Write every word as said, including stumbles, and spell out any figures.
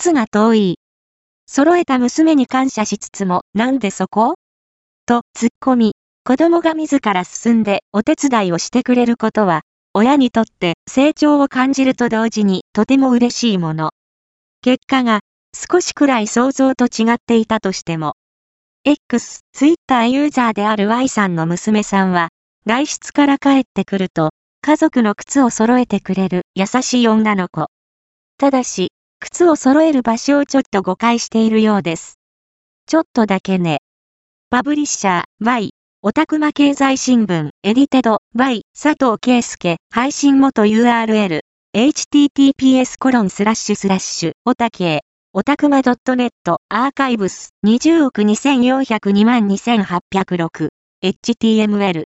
靴が遠い。揃えた娘に感謝しつつも、なんでそこと突っ込み、子供が自ら進んでお手伝いをしてくれることは、親にとって成長を感じると同時にとても嬉しいもの。結果が少しくらい想像と違っていたとしても。X、ツイッターユーザーである Y さんの娘さんは、外出から帰ってくると、家族の靴を揃えてくれる優しい女の子。ただし、靴を揃える場所をちょっと誤解しているようです。ちょっとだけね。パブリッシャー、Y、オタクマ経済新聞、エディテド、by、佐藤圭介、配信元 ユーアールエル、エイチティーティーピーエスコロンスラッシュスラッシュ、オタケー、オタクマ .net、アーカイブス、にじゅうおくにせんよんひゃくにまんにせんはっぴゃくろく、エイチティーエムエル。